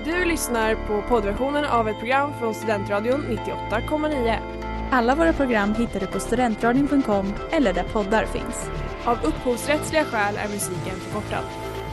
Du lyssnar på poddversionen av ett program från Studentradion 98,9. Alla våra program hittar du på studentradion.com eller där poddar finns. Av upphovsrättsliga skäl är musiken förkortad.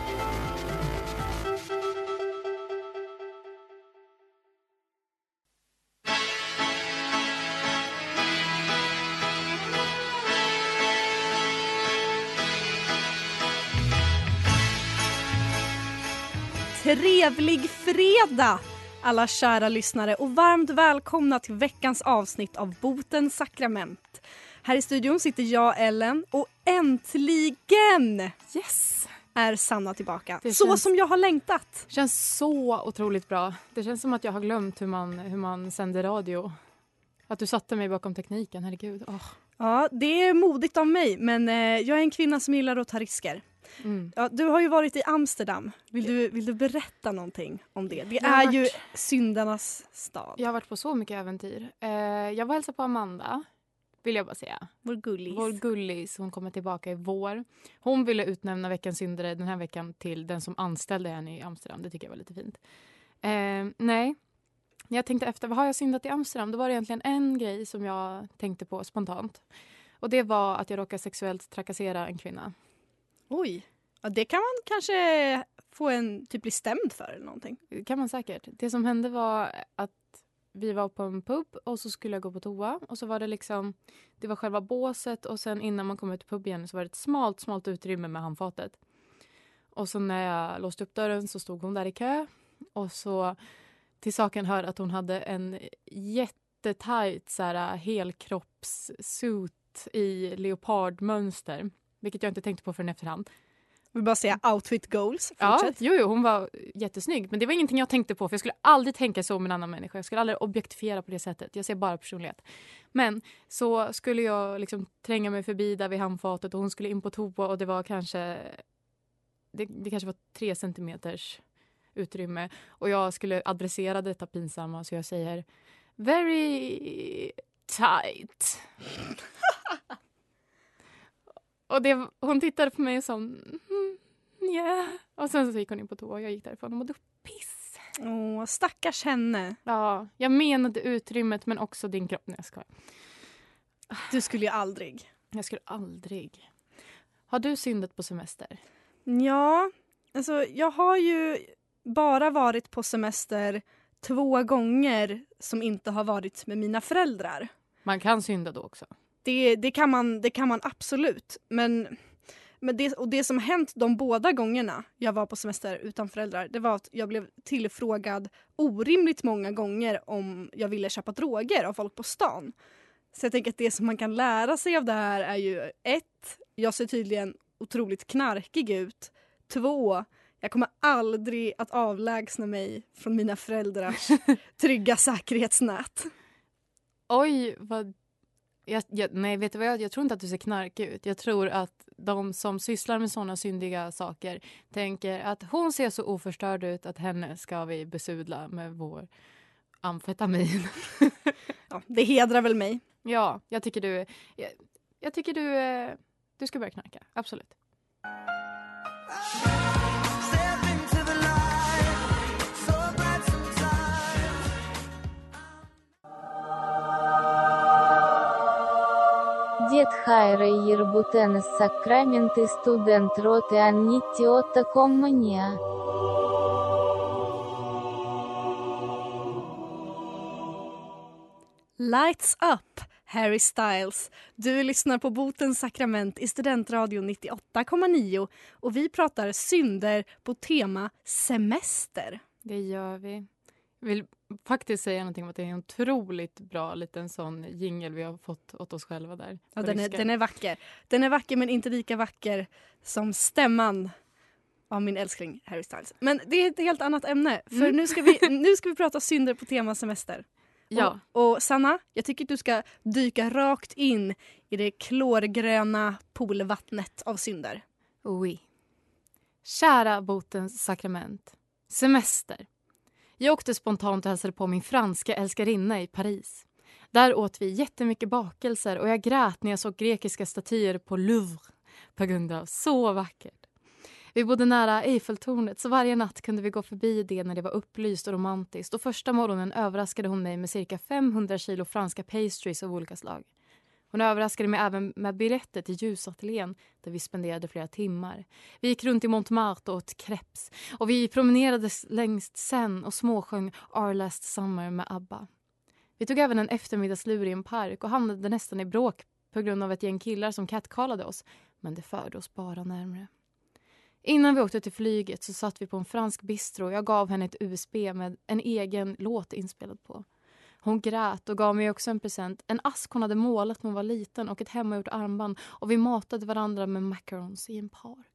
Trevlig fredag alla kära lyssnare och varmt välkomna till veckans avsnitt av Botens sakrament. Här i studion sitter jag, Ellen, och äntligen är Sanna tillbaka. Som jag har längtat. Det känns så otroligt bra. Det känns som att jag har glömt hur man sänder radio. Att du satte mig bakom tekniken, herregud. Oh. Ja, det är modigt av mig, men jag är en kvinna som gillar att ta risker. Mm. Ja, du har ju varit i Amsterdam. Vill du berätta någonting om det? Det är ju syndarnas stad. Jag har varit på så mycket äventyr. Jag var hälsa på Amanda, vill jag bara säga. Vår gullis. Hon kommer tillbaka i vår. Hon ville utnämna veckans syndare den här veckan till den som anställde henne i Amsterdam. Det tycker jag var lite fint. Nej, jag tänkte efter, vad har jag syndat i Amsterdam? Då var det egentligen en grej som jag tänkte på spontant. Och det var att jag råkade sexuellt trakassera en kvinna. Oj, ja, det kan man kanske få en typ bli stämd för eller någonting. Det kan man säkert. Det som hände var att vi var på en pub och så skulle jag gå på toa. Och så var det var själva båset och sen innan man kom ut till pub igen så var det ett smalt utrymme med handfatet. Och så när jag låste upp dörren så stod hon där i kö. Och så till saken hör att hon hade en jättetajt helkroppssuit i leopardmönster. Vilket jag inte tänkte på förrän efterhand. Jag vill bara säga outfit goals. Fortsätt. Ja, hon var jättesnygg. Men det var ingenting jag tänkte på. För jag skulle aldrig tänka så om en annan människa. Jag skulle aldrig objektifiera på det sättet. Jag ser bara personlighet. Men så skulle jag tränga mig förbi där vid handfatet. Och hon skulle in på toa. Och det var kanske... Det kanske var 3 centimeters utrymme. Och jag skulle adressera detta pinsamma. Så jag säger... Very tight. Och hon tittade på mig och sa yeah. Och sen så gick hon in på toa och jag gick därifrån och mådde piss. Åh, stackars henne. Ja, jag menade utrymmet men också din kropp. Nej, jag skojar. Du skulle ju aldrig. Jag skulle aldrig. Har du syndat på semester? Ja, alltså jag har ju bara varit på semester 2 gånger som inte har varit med mina föräldrar. Man kan synda då också. Det kan man absolut. Men det som hänt de båda gångerna jag var på semester utan föräldrar, det var att jag blev tillfrågad orimligt många gånger om jag ville köpa droger av folk på stan. Så jag tänker att det som man kan lära sig av det här är ju 1. Jag ser tydligen otroligt knarkig ut. 2. Jag kommer aldrig att avlägsna mig från mina föräldrars trygga säkerhetsnät. Oj, vad... Nej, vet du vad? Jag tror inte att du ser knarkig ut. Jag tror att de som sysslar med sådana syndiga saker tänker att hon ser så oförstörd ut att henne ska vi besudla med vår amfetamin. Ja, det hedrar väl mig. Ja, jag tycker du ska börja knarka. Absolut. Дед Хайра Ербутенес Сакраменты студент роты Аннитти Отта Коммуния. Lights up, Harry Styles. Du lyssnar på Botens sakrament i Studentradion 98,9 och vi pratar synder på tema semester. Det gör vi. Jag vill faktiskt säga någonting om att det är en otroligt bra liten sån jingle vi har fått åt oss själva där. Ja, den är vacker. Den är vacker men inte lika vacker som stämman av min älskling Harry Styles. Men det är ett helt annat ämne. För nu ska vi prata synder på tema semester. Ja. Och Sanna, jag tycker att du ska dyka rakt in i det klorgröna poolvattnet av synder. Oui. Kära Botens sakrament. Semester. Jag åkte spontant och hälsade på min franska älskarinna i Paris. Där åt vi jättemycket bakelser och jag grät när jag såg grekiska statyer på Louvre på grund av så vackert. Vi bodde nära Eiffeltornet så varje natt kunde vi gå förbi det när det var upplyst och romantiskt. Och första morgonen överraskade hon mig med cirka 500 kilo franska pastries av olika slag. Hon överraskade mig även med biljetter till ljusateljén där vi spenderade flera timmar. Vi gick runt i Montmartre och åt crepes. Och vi promenerade längs Seine och småsjöng Our Last Summer med ABBA. Vi tog även en eftermiddagslur i en park och hamnade nästan i bråk på grund av ett gäng killar som catcallade oss. Men det förde oss bara närmare. Innan vi åkte till flyget så satt vi på en fransk bistro och jag gav henne ett USB med en egen låt inspelad på. Hon grät och gav mig också en present. En ask hon hade målat när hon var liten och ett hemmagjort armband. Och vi matade varandra med macarons i en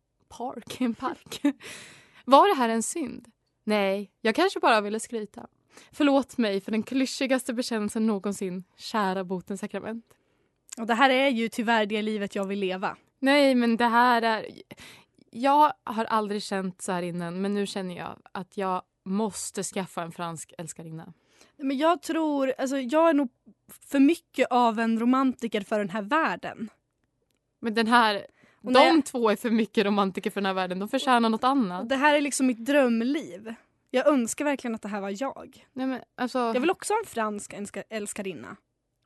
park. Var det här en synd? Nej, jag kanske bara ville skryta. Förlåt mig för den klyschigaste bekännelsen någonsin, kära botens sakrament. Och det här är ju tyvärr det livet jag vill leva. Nej, men det här är... Jag har aldrig känt så här innan, men nu känner jag att jag måste skaffa en fransk älskarinna. Men jag tror, alltså jag är nog för mycket av en romantiker för den här världen. Men den här, två är för mycket romantiker för den här världen. De förtjänar något annat. Det här är liksom mitt drömliv. Jag önskar verkligen att det här var jag. Nej, men alltså, jag vill också ha en fransk älskarinna.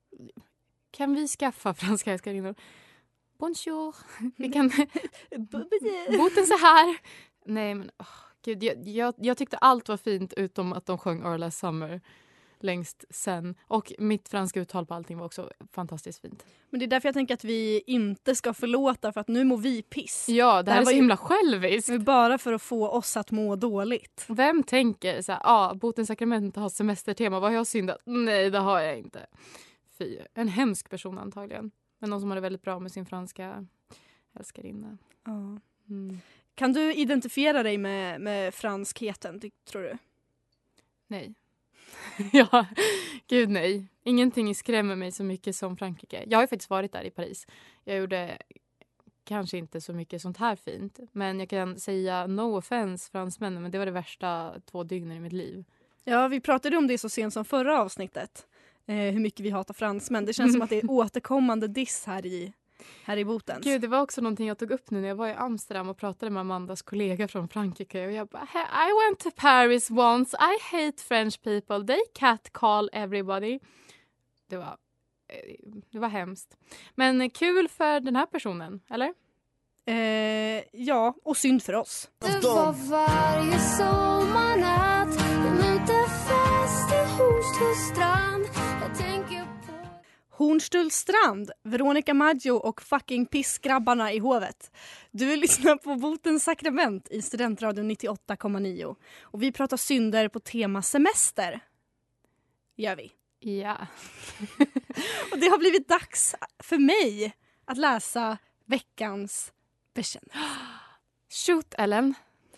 Kan vi skaffa franska älskarinnor? Bonjour. Vi kan... Boten så här. Nej, men gud, jag tyckte allt var fint utom att de sjöng Our Last Summer längst sen. Och mitt franska uttal på allting var också fantastiskt fint. Men det är därför jag tänker att vi inte ska förlåta, för att nu mår vi piss. Ja, det här är så himla själviskt. Bara för att få oss att må dåligt. Vem tänker så här, botens sakrament har semestertema, vad har jag syndat? Nej, det har jag inte. Fy, en hemsk person antagligen. Men någon som har det väldigt bra med sin franska älskarinna. Ja. Kan du identifiera dig med franskheten, tror du? Nej. Ja, gud nej. Ingenting skrämmer mig så mycket som Frankrike. Jag har ju faktiskt varit där i Paris. Jag gjorde kanske inte så mycket sånt här fint. Men jag kan säga no offense fransmännen, men det var det värsta 2 dygnen i mitt liv. Ja, vi pratade om det så sent som förra avsnittet. Hur mycket vi hatar fransmän. Det känns som att det är återkommande diss här i Botens. Gud, det var också någonting jag tog upp nu när jag var i Amsterdam och pratade med Amandas kollega från Frankrike. Och jag bara, I went to Paris once. I hate French people. They catcall everybody. Det var hemskt. Men kul för den här personen, eller? Ja, och synd för oss. Det var varje sommarnatt. Ute fest i Hornstullstrand. Jag tänker på... Hornstullstrand, Veronica Maggio och fucking pissgrabbarna i hovet. Du lyssnar på Botens sakrament i Studentradion 98,9. Och vi pratar synder på tema semester. Gör vi. Ja. Och det har blivit dags för mig att läsa veckans bekännelse. Shoot, Ellen.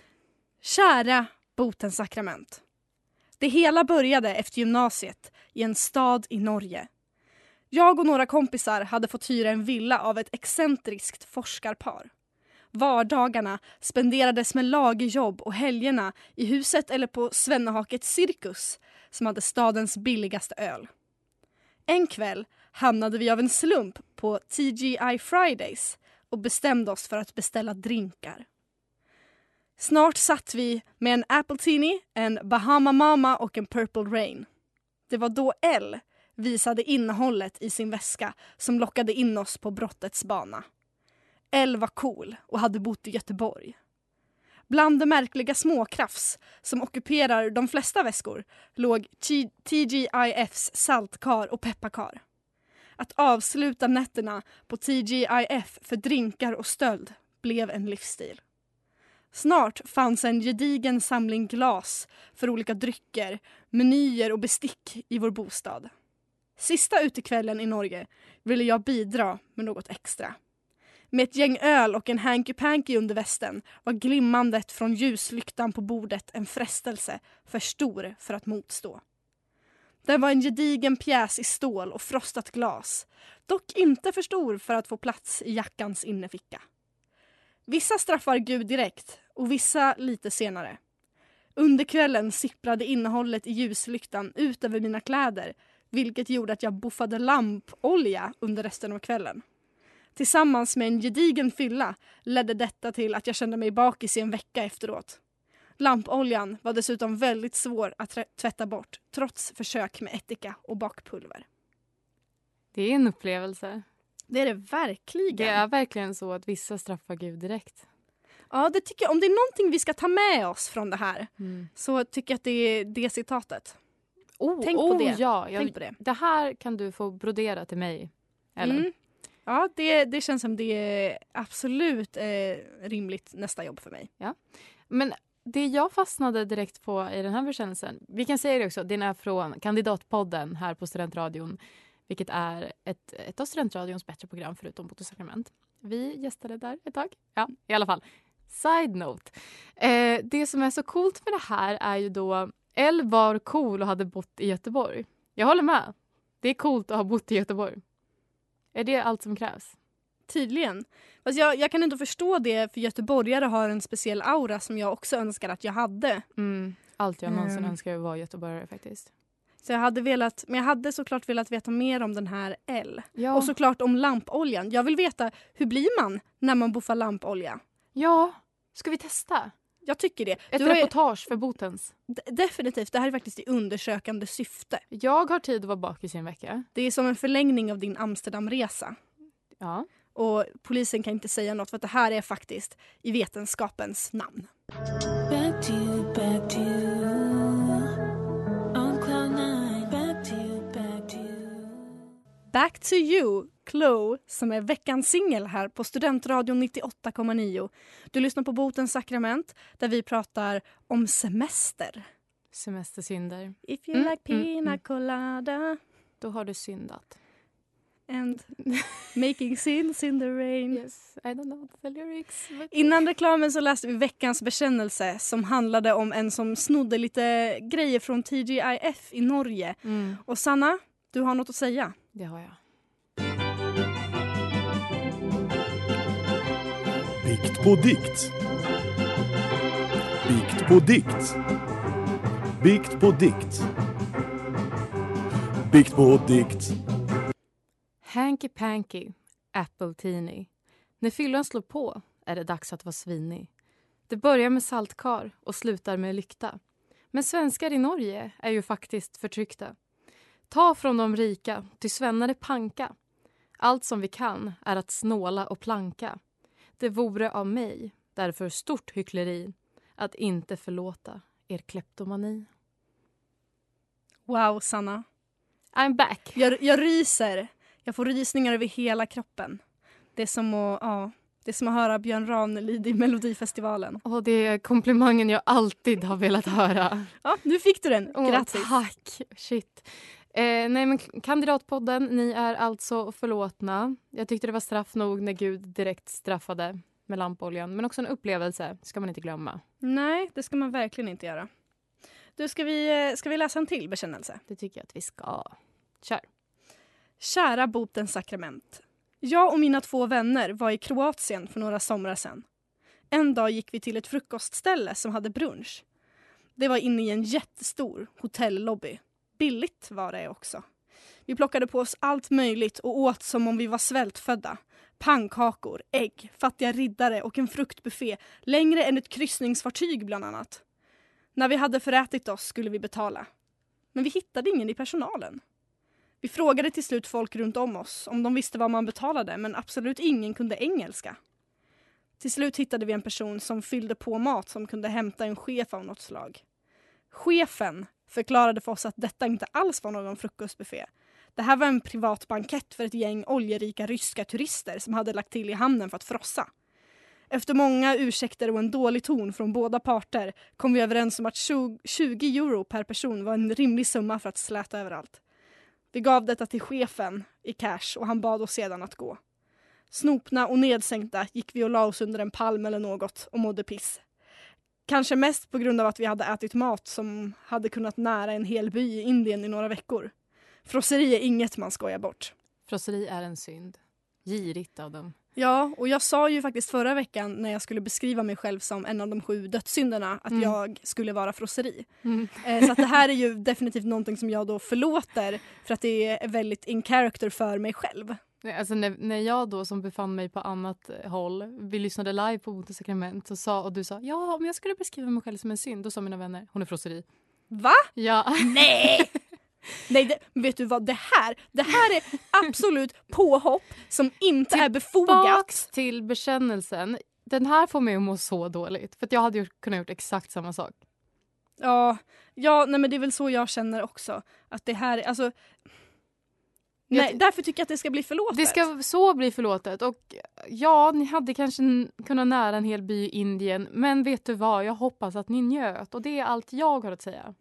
Kära Botens sakrament. Det hela började efter gymnasiet i en stad i Norge. Jag och några kompisar hade fått hyra en villa av ett excentriskt forskarpar. Vardagarna spenderades med lagerjobb och helgerna i huset eller på Svennehakets cirkus som hade stadens billigaste öl. En kväll hamnade vi av en slump på TGI Fridays och bestämde oss för att beställa drinkar. Snart satt vi med en Appletini, en Bahama Mama och en Purple Rain. Det var då L visade innehållet i sin väska som lockade in oss på brottets bana. L var cool och hade bott i Göteborg. Bland de märkliga småkrafs som ockuperar de flesta väskor låg TGIFs saltkar och pepparkar. Att avsluta nätterna på TGIF för drinkar och stöld blev en livsstil. Snart fanns en gedigen samling glas för olika drycker, menyer och bestick i vår bostad. Sista utekvällen i Norge ville jag bidra med något extra. Med ett gäng öl och en hanky-panky under västen var glimmandet från ljuslyktan på bordet en frestelse för stor för att motstå. Den var en gedigen pjäs i stål och frostat glas, dock inte för stor för att få plats i jackans innerficka. Vissa straffar Gud direkt och vissa lite senare. Under kvällen sipprade innehållet i ljuslyktan ut över mina kläder, vilket gjorde att jag buffade lampolja under resten av kvällen. Tillsammans med en gedigen fylla ledde detta till att jag kände mig bakis i en vecka efteråt. Lampoljan var dessutom väldigt svår att tvätta bort trots försök med ättika och bakpulver. Det är en upplevelse. Det är det verkligen. Det är verkligen så att vissa straffar Gud direkt. Ja, det tycker jag. Om det är någonting vi ska ta med oss från det här så tycker jag att det är det citatet. Tänk på det. Ja, Tänk på det. Det här kan du få brodera till mig. Eller? Ja, det känns som det är absolut rimligt nästa jobb för mig. Ja. Men det jag fastnade direkt på i den här bekännelsen, vi kan säga det också, den är från Kandidatpodden här på Studentradion, vilket är ett av Studentradions bättre program förutom Bot och sakrament. Vi gästade där ett tag. Ja, i alla fall. Side note. Det som är så coolt med det här är ju då Elle var cool och hade bott i Göteborg. Jag håller med. Det är coolt att ha bott i Göteborg. Är det allt som krävs? Tydligen. Fast jag kan inte förstå det, för göteborgare har en speciell aura som jag också önskar att jag hade. Allt jag någonsin önskar vara göteborgare faktiskt. Så jag hade såklart velat veta mer om den här Elle. Ja. Och såklart om lampoljan. Jag vill veta, hur blir man när man buffar lampolja? Ja, ska vi testa? Jag tycker det. Ett reportage för Botens. Definitivt, det här är faktiskt i undersökande syfte. Jag har tid att vara bakis i en vecka. Det är som en förlängning av din Amsterdamresa. Ja. Och polisen kan inte säga något, för att det här är faktiskt i vetenskapens namn. Back to you, back to you. On cloud nine, back to you, back to you. Back to you, Chloe, som är veckans singel här på Studentradion 98,9. Du lyssnar på Botens sakrament, där vi pratar om semester. Semestersynder. If you like pina colada. Då har du syndat. And making sins in the rain. Yes, I don't know the lyrics. But... Innan reklamen så läste vi veckans bekännelse som handlade om en som snodde lite grejer från TGIF i Norge. Och Sanna, du har något att säga. Det har jag. Bikt på dikt. Bikt på dikt. Bikt på dikt. Bikt på dikt. Hanky Panky, Apple Teeny. När fyllan slår på är det dags att vara svinig. Det börjar med saltkar och slutar med lykta. Men svenskar i Norge är ju faktiskt förtryckta. Ta från de rika, ty svennar är panka. Allt som vi kan är att snåla och planka. Det vore av mig, därför stort hyckleri, att inte förlåta er kleptomani. Wow, Sanna. I'm back. Jag ryser. Jag får rysningar över hela kroppen. Det är som att höra Björn Ranelid i Melodifestivalen. Och det är komplimangen jag alltid har velat höra. Ja, nu fick du den. Grattis. Tack. Shit. Nej, men Kandidatpodden, ni är alltså förlåtna. Jag tyckte det var straff nog när Gud direkt straffade med lampoljan. Men också en upplevelse, ska man inte glömma. Nej, det ska man verkligen inte göra. Du, ska vi läsa en till bekännelse? Det tycker jag att vi ska. Kör. Kära Botens sakrament. Jag och mina 2 vänner var i Kroatien för några somrar sedan. En dag gick vi till ett frukostställe som hade brunch. Det var inne i en jättestor hotellobby. Billigt var det också. Vi plockade på oss allt möjligt och åt som om vi var svältfödda. Pannkakor, ägg, fattiga riddare och en fruktbuffé. Längre än ett kryssningsfartyg bland annat. När vi hade förätit oss skulle vi betala. Men vi hittade ingen i personalen. Vi frågade till slut folk runt om oss om de visste vad man betalade, men absolut ingen kunde engelska. Till slut hittade vi en person som fyllde på mat som kunde hämta en chef av något slag. Chefen förklarade för oss att detta inte alls var någon frukostbuffé. Det här var en privat bankett för ett gäng oljerika ryska turister som hade lagt till i hamnen för att frossa. Efter många ursäkter och en dålig ton från båda parter kom vi överens om att 20 euro per person var en rimlig summa för att släta överallt. Vi gav detta till chefen i cash och han bad oss sedan att gå. Snopna och nedsänkta gick vi och la oss under en palm eller något och mådde piss. Kanske mest på grund av att vi hade ätit mat som hade kunnat nära en hel by i Indien i några veckor. Frosseri är inget man skojar bort. Frosseri är en synd. Girigt av dem. Ja, och jag sa ju faktiskt förra veckan när jag skulle beskriva mig själv som en av de 7 dödssynderna att jag skulle vara frosseri. Så att det här är ju definitivt någonting som jag då förlåter för att det är väldigt in character för mig själv. Nej, alltså när jag då som befann mig på annat håll, vi lyssnade live på Botens sakrament och du sa, ja om jag skulle beskriva mig själv som en synd, då sa mina vänner, hon är frosseri. Va? Ja. Nej! Nej, vet du vad? Det här är absolut påhopp som inte är befogat. Tillbaks till bekännelsen. Den här får mig att må så dåligt. För att jag hade ju kunnat gjort exakt samma sak. Ja, nej men det är väl så jag känner också. Att det här, alltså... Nej, därför tycker jag att det ska bli förlåtet. Det ska så bli förlåtet. Och ja, ni hade kanske kunnat nära en hel by i Indien. Men vet du vad? Jag hoppas att ni njöt. Och det är allt jag har att säga.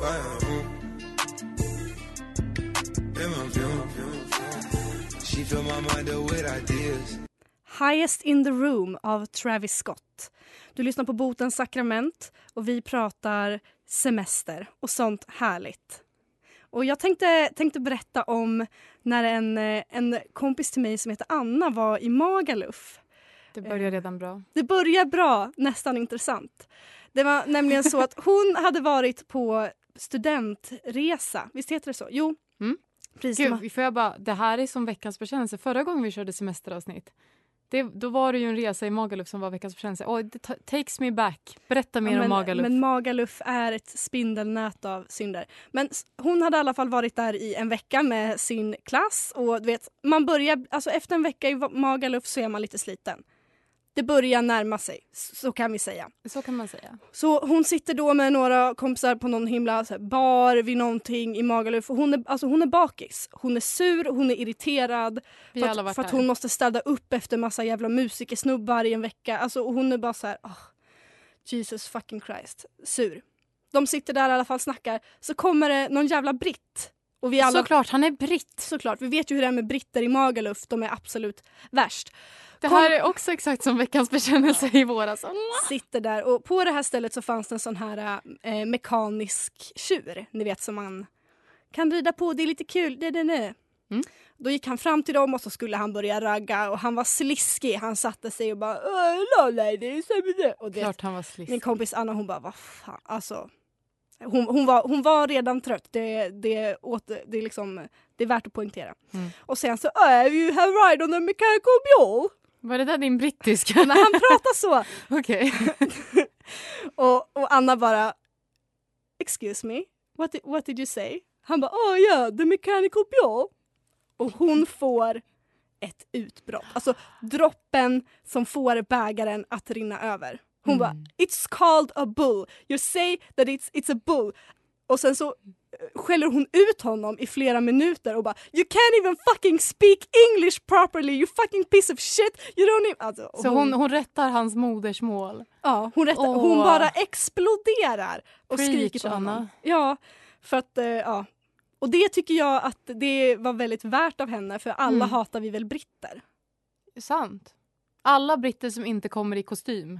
Highest in the Room av Travis Scott. Du lyssnar på Botens sakrament och vi pratar semester och sånt härligt. Och jag tänkte berätta om när en kompis till mig som heter Anna var i Magaluf. Det börjar redan bra. Det börjar bra, nästan intressant. Det var nämligen så att hon hade varit på studentresa. Visst heter det så? Jo. Mm. Gud, får jag bara, det här är som veckans bekännelse. Förra gången vi körde semesteravsnitt, då var det ju en resa i Magaluf som var veckans bekännelse. Det takes me back. Berätta mer om Magaluf. Men Magaluf är ett spindelnät av synder. Men hon hade i alla fall varit där i en vecka med sin klass. Och du vet, man börjar, alltså efter en vecka i Magaluf så är man lite sliten. Det börjar närma sig, så kan vi säga. Så kan man säga. Så hon sitter då med några kompisar på någon himla bar vid någonting i Magaluf. Hon är bakis. Hon är sur, hon är irriterad. För att hon måste städa upp efter massa jävla musikersnubbar i en vecka. Alltså, och hon är bara så här, Jesus fucking Christ. Sur. De sitter där i alla fall och snackar. Så kommer det någon jävla britt. Och vi alla, såklart, han är britt. Såklart, vi vet ju hur det är med britter i Magaluf. De är absolut värst. Det här är också exakt som veckans bekännelse i våras. Sitter där och på det här stället så fanns det en sån här mekanisk tjur. Ni vet som man kan rida på, det är lite kul. Då gick han fram till dem och så skulle han börja ragga och han var sliskig. Han satte sig och bara och det, klart han var sliskig. Min kompis Anna hon bara vad fan alltså. Hon var redan trött. Det är värt att poängtera. Och sen så you have ride on the mechanical mule. Var det där din brittiska? Men han pratar så. Okej. och Anna bara excuse me, what did you say? Han bara the mechanical mule. Och hon får ett utbrott. Alltså droppen som får bägaren att rinna över. Hon bara, it's called a bull. You say that it's a bull. Och sen så skäller hon ut honom i flera minuter och bara, you can't even fucking speak English properly, you fucking piece of shit. You don't even... Alltså, så hon rättar hans modersmål? Ja, hon rättar. Hon bara exploderar och skriker på honom. Anna. Ja, för att, Och det tycker jag att det var väldigt värt av henne, för alla hatar vi väl britter. Sant. Alla britter som inte kommer i kostym.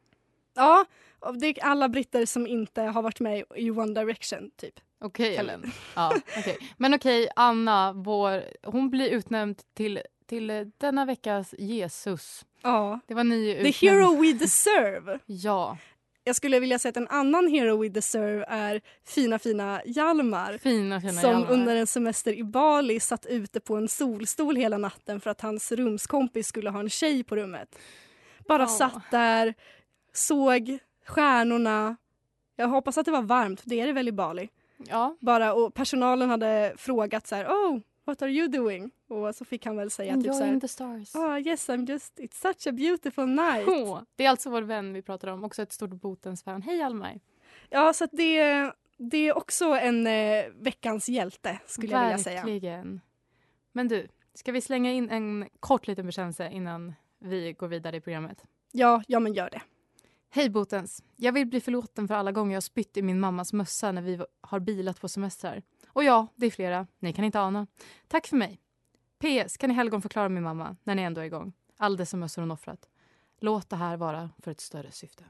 Ja, det är alla britter som inte har varit med i One Direction, typ. Okej, Ellen. Ja, okej. Men okej, Anna, hon blir utnämnd till denna veckas Jesus. Ja. Det var ni utnämnd. The hero we deserve. Ja. Jag skulle vilja säga att en annan hero we deserve är fina Hjalmar. Fina som Hjalmar. Under en semester i Bali satt ute på en solstol hela natten för att hans rumskompis skulle ha en tjej på rummet. Bara satt där, såg stjärnorna. Jag hoppas att det var varmt, för det är det väl i Bali. Ja. Och personalen hade frågat så här, what are you doing? Och så fick han väl säga typ så här, the stars. Yes, it's such a beautiful night. Det är alltså vår vän vi pratar om, också ett stort Botens fan. Hej Hjalmar. Ja, så att det är också en veckans hjälte, skulle jag vilja säga. Verkligen. Men du, ska vi slänga in en kort liten bekännelse innan vi går vidare i programmet? Ja, men gör det. Hej Botens. Jag vill bli förlåten för alla gånger jag spytt i min mammas mössa när vi har bilat på semestrar. Och ja, det är flera. Ni kan inte ana. Tack för mig. PS, kan ni helgon förklara min mamma när ni ändå är igång? All dessa mössor hon offrat. Låt det här vara för ett större syfte.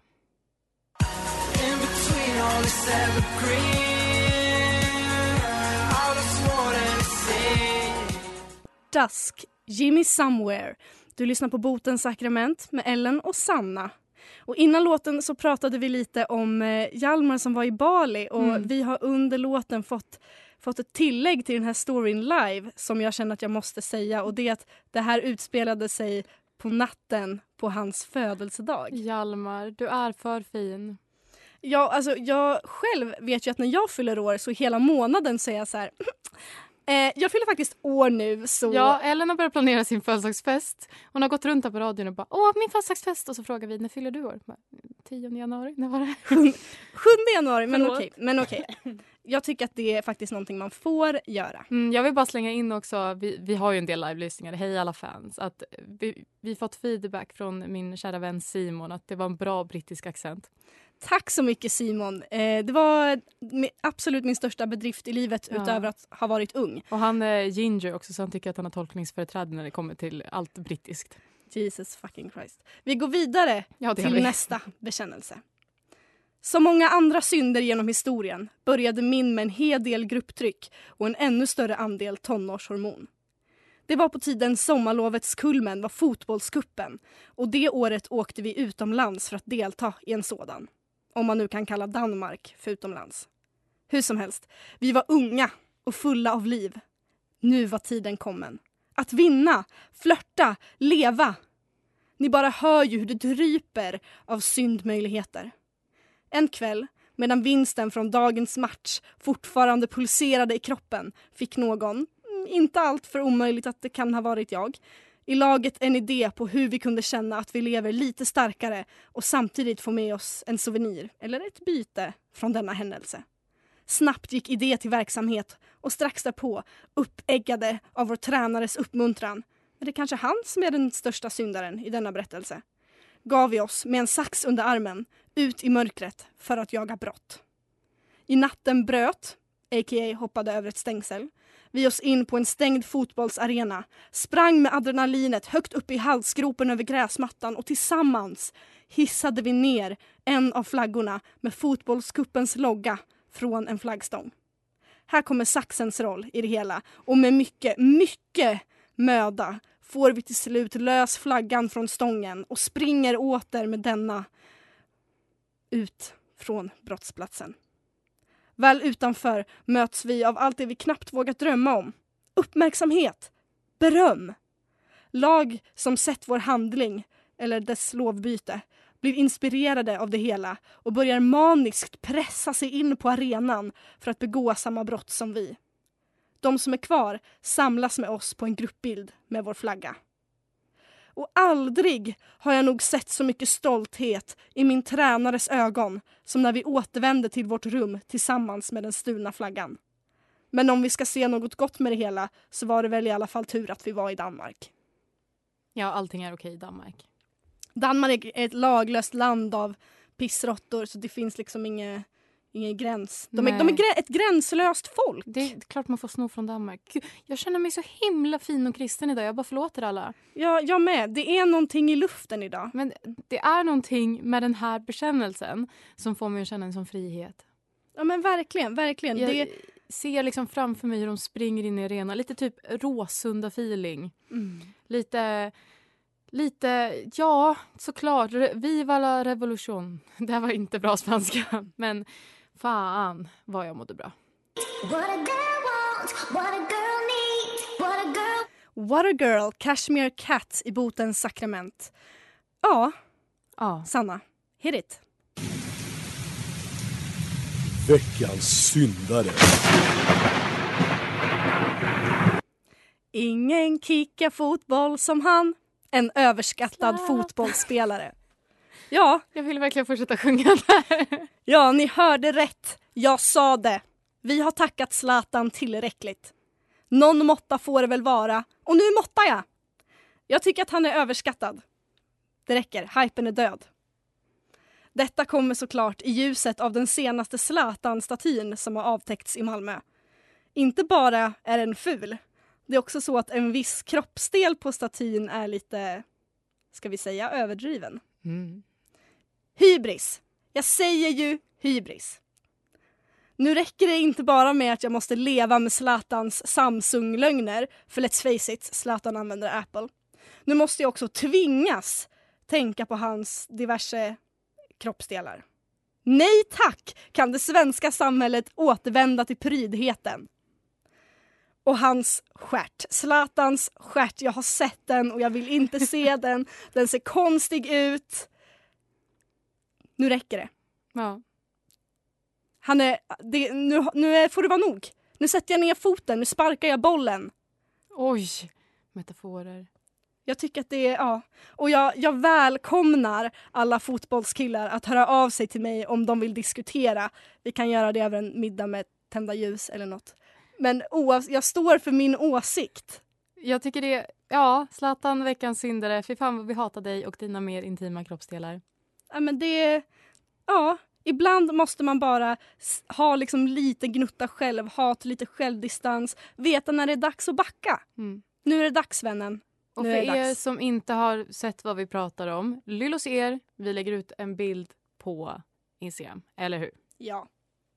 Dusk, Jimmy Somewhere. Du lyssnar på Botens sakrament med Ellen och Sanna. Och innan låten så pratade vi lite om Hjalmar som var i Bali. Och vi har under låten fått ett tillägg till den här storyn live som jag känner att jag måste säga. Och det är att det här utspelade sig på natten på hans födelsedag. Hjalmar, du är för fin. Ja, alltså jag själv vet ju att när jag fyller år så hela månaden så är jag så här... jag fyller faktiskt år nu så... Ja, Ellen har börjat planera sin födelsedagsfest. Hon har gått runt här på radion och bara, min födelsedagsfest. Och så frågar vi, när fyller du år? 10 januari, när var det? 7 januari, men okej. Jag tycker att det är faktiskt någonting man får göra. Jag vill bara slänga in också, vi har ju en del live-lyssningar, hej alla fans. Att vi fått feedback från min kära vän Simon att det var en bra brittisk accent. Tack så mycket Simon. Det var absolut min största bedrift i livet utöver att ha varit ung. Och han är ginger också så han tycker att han har tolkningsföreträde när det kommer till allt brittiskt. Jesus fucking Christ. Vi går vidare till nästa bekännelse. Som många andra synder genom historien började min med en hel del grupptryck och en ännu större andel tonårshormon. Det var på tiden sommarlovets kulmen var fotbollskuppen och det året åkte vi utomlands för att delta i en sådan. Om man nu kan kalla Danmark för utomlands. Hur som helst, vi var unga och fulla av liv. Nu var tiden kommen. Att vinna, flörta, leva. Ni bara hör ju hur det dryper av syndmöjligheter. En kväll, medan vinsten från dagens match fortfarande pulserade i kroppen, fick någon, inte allt för omöjligt att det kan ha varit jag, i laget en idé på hur vi kunde känna att vi lever lite starkare och samtidigt få med oss en souvenir eller ett byte från denna händelse. Snabbt gick idé till verksamhet och strax därpå, uppeggade av vår tränares uppmuntran, men det är kanske han som är den största syndaren i denna berättelse, gav vi oss med en sax under armen ut i mörkret för att jaga brott. I natten bröt, a.k.a. hoppade över ett stängsel, vi oss in på en stängd fotbollsarena, sprang med adrenalinet högt upp i halsgropen över gräsmattan och tillsammans hissade vi ner en av flaggorna med fotbollskuppens logga från en flaggstång. Här kommer saxens roll i det hela och med mycket möda får vi till slut lös flaggan från stången och springer åter med denna ut från brottsplatsen. Väl utanför möts vi av allt det vi knappt vågat drömma om. Uppmärksamhet, beröm. Lag som sett vår handling, eller dess lovbyte, blir inspirerade av det hela och börjar maniskt pressa sig in på arenan för att begå samma brott som vi. De som är kvar samlas med oss på en gruppbild med vår flagga. Och aldrig har jag nog sett så mycket stolthet i min tränares ögon som när vi återvände till vårt rum tillsammans med den stulna flaggan. Men om vi ska se något gott med det hela så var det väl i alla fall tur att vi var i Danmark. Ja, allting är okej i Danmark. Danmark är ett laglöst land av pissråttor så det finns liksom ingen gräns. De är ett gränslöst folk. Det är klart man får sno från Danmark. Gud, jag känner mig så himla fin och kristen idag. Jag bara förlåter alla. Ja, jag med. Det är någonting i luften idag. Men det är någonting med den här bekännelsen som får mig att känna en sån frihet. Ja, men verkligen. Jag ser liksom framför mig hur de springer in i arenan. Lite typ Råsunda feeling. Lite, ja, såklart. Viva la revolution. Det här var inte bra spanska. Men fan vad jag mådde bra. What a girl, Cashmere Cat i Botens sakrament. Ja, Sanna, hit it. Veckans syndare. Ingen kickar fotboll som han. En överskattad fotbollsspelare. Ja. Jag vill verkligen fortsätta sjunga där. Ja, ni hörde rätt. Jag sa det. Vi har tackat Zlatan tillräckligt. Någon måtta får det väl vara. Och nu måttar jag. Jag tycker att han är överskattad. Det räcker. Hypen är död. Detta kommer såklart i ljuset av den senaste Zlatan-statyn som har avtäckts i Malmö. Inte bara är den ful. Det är också så att en viss kroppsdel på statyn är lite, ska vi säga, överdriven. Hybris. Jag säger ju hybris. Nu räcker det inte bara med att jag måste leva med Zlatans Samsung-lögner, för let's face it, Zlatan använder Apple. Nu måste jag också tvingas tänka på hans diverse kroppsdelar. Nej tack, kan det svenska samhället återvända till prydheten. och hans stjärt. Zlatans stjärt. Jag har sett den och jag vill inte se den. Den ser konstig ut. Nu räcker det. Ja. Nu får det vara nog. Nu sätter jag ner foten. Nu sparkar jag bollen. Oj, metaforer. Jag tycker att det är... Ja. Och jag välkomnar alla fotbollskillar att höra av sig till mig om de vill diskutera. Vi kan göra det över en middag med tända ljus eller något. Men jag står för min åsikt. Jag tycker det... Ja, Zlatan, veckans syndare. Fy fan vad vi hatar dig och dina mer intima kroppsdelar. Ja, men det... Ja, ibland måste man bara ha liksom lite gnutta själv. Ha lite självdistans. Veta när det är dags att backa. Mm. Nu är det dags, vännen. Och Nu för är det er dags. som inte har sett vad vi pratar om, Lyllos er, vi lägger ut en bild på Instagram, eller hur? Ja.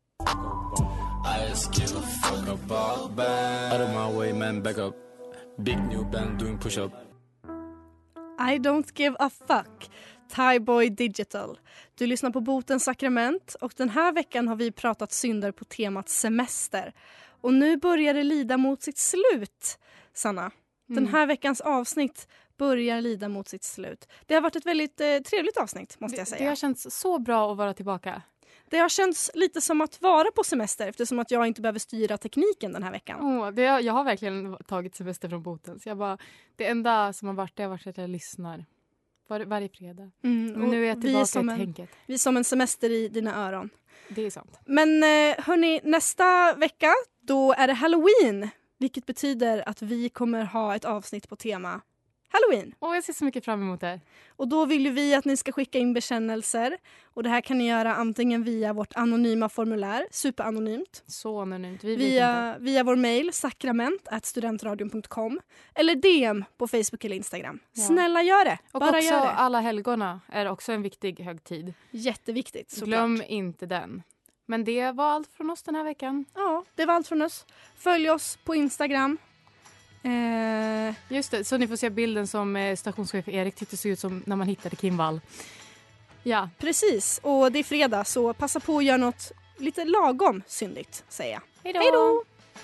I just give a fuck about band. Out of my way, man, back up. Big new band doing push-up. I don't give a fuck. Thaiboy Digital. Du lyssnar på Botens sakrament och den här veckan har vi pratat synder på temat semester. Och nu börjar det lida mot sitt slut, Sanna. Den här veckans avsnitt börjar lida mot sitt slut. Det har varit ett väldigt trevligt avsnitt, måste jag säga. Det har känts så bra att vara tillbaka. Det har känts lite som att vara på semester eftersom att jag inte behöver styra tekniken den här veckan. Jag har verkligen tagit semester från Boten. Så det enda som har varit att jag lyssnar varje fredag. Men nu är jag tillbaka i tänket. Vi är som en semester i dina öron. Det är sant. Men hörni, nästa vecka då är det Halloween. Vilket betyder att vi kommer ha ett avsnitt på tema Halloween. Jag ser så mycket fram emot det. Och då vill ju vi att ni ska skicka in bekännelser. Och det här kan ni göra antingen via vårt anonyma formulär, superanonymt. Så anonymt. Via vår mejl, sakrament@studentradion.com. Eller DM på Facebook eller Instagram. Ja. Snälla gör det. Och bara också gör det. alla helgona är också en viktig högtid. Jätteviktigt, såklart. Glöm inte den. Men det var allt från oss den här veckan. Ja, det var allt från oss. Följ oss på Instagram. Just det, så ni får se bilden som stationschef Erik tyckte såg ut som när man hittade Kim Wall. Ja. Precis, och det är fredag så passa på att göra något lite lagom syndigt, säger jag. Hej då! Hej då!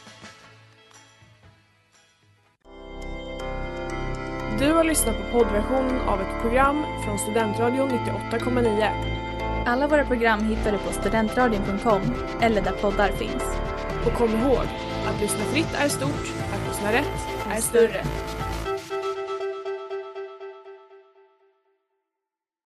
Du har lyssnat på poddversionen av ett program från Studentradion 98,9. Alla våra program hittar du på studentradion.com eller där poddar finns. Och kom ihåg, att lyssna fritt är stort, att lyssna rätt är större.